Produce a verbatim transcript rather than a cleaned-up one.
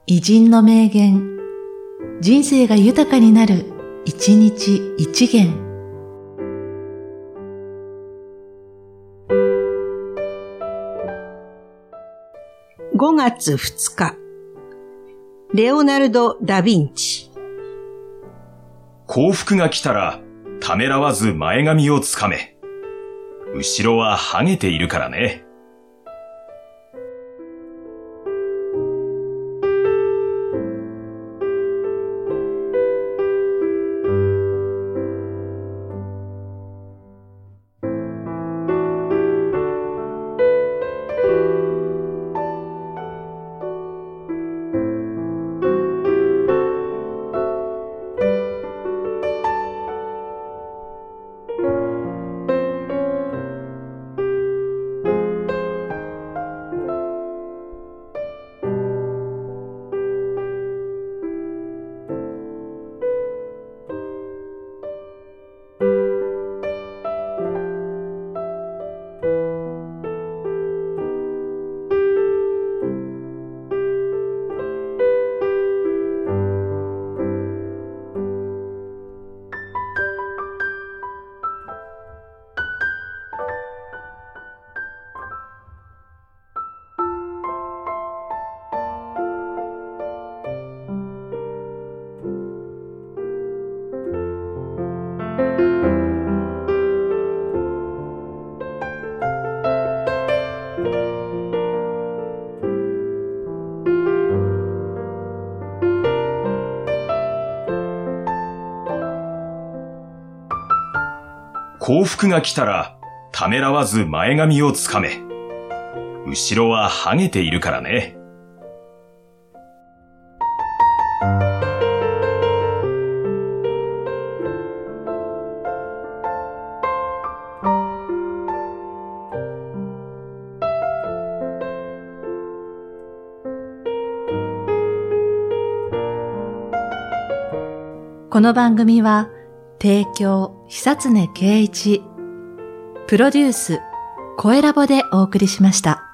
偉人の名言、人生が豊かになる、一日一元。 ごがつふつか、レオナルド・ダ・ヴィンチ。 幸福が来たら、ためらわず前髪をつかめ。後ろはハゲているからね。幸福が来たら、ためらわず前髪をつかめ。後ろはハゲているからね。 この番組は、提供、久常圭一、プロデュース、声ラボでお送りしました。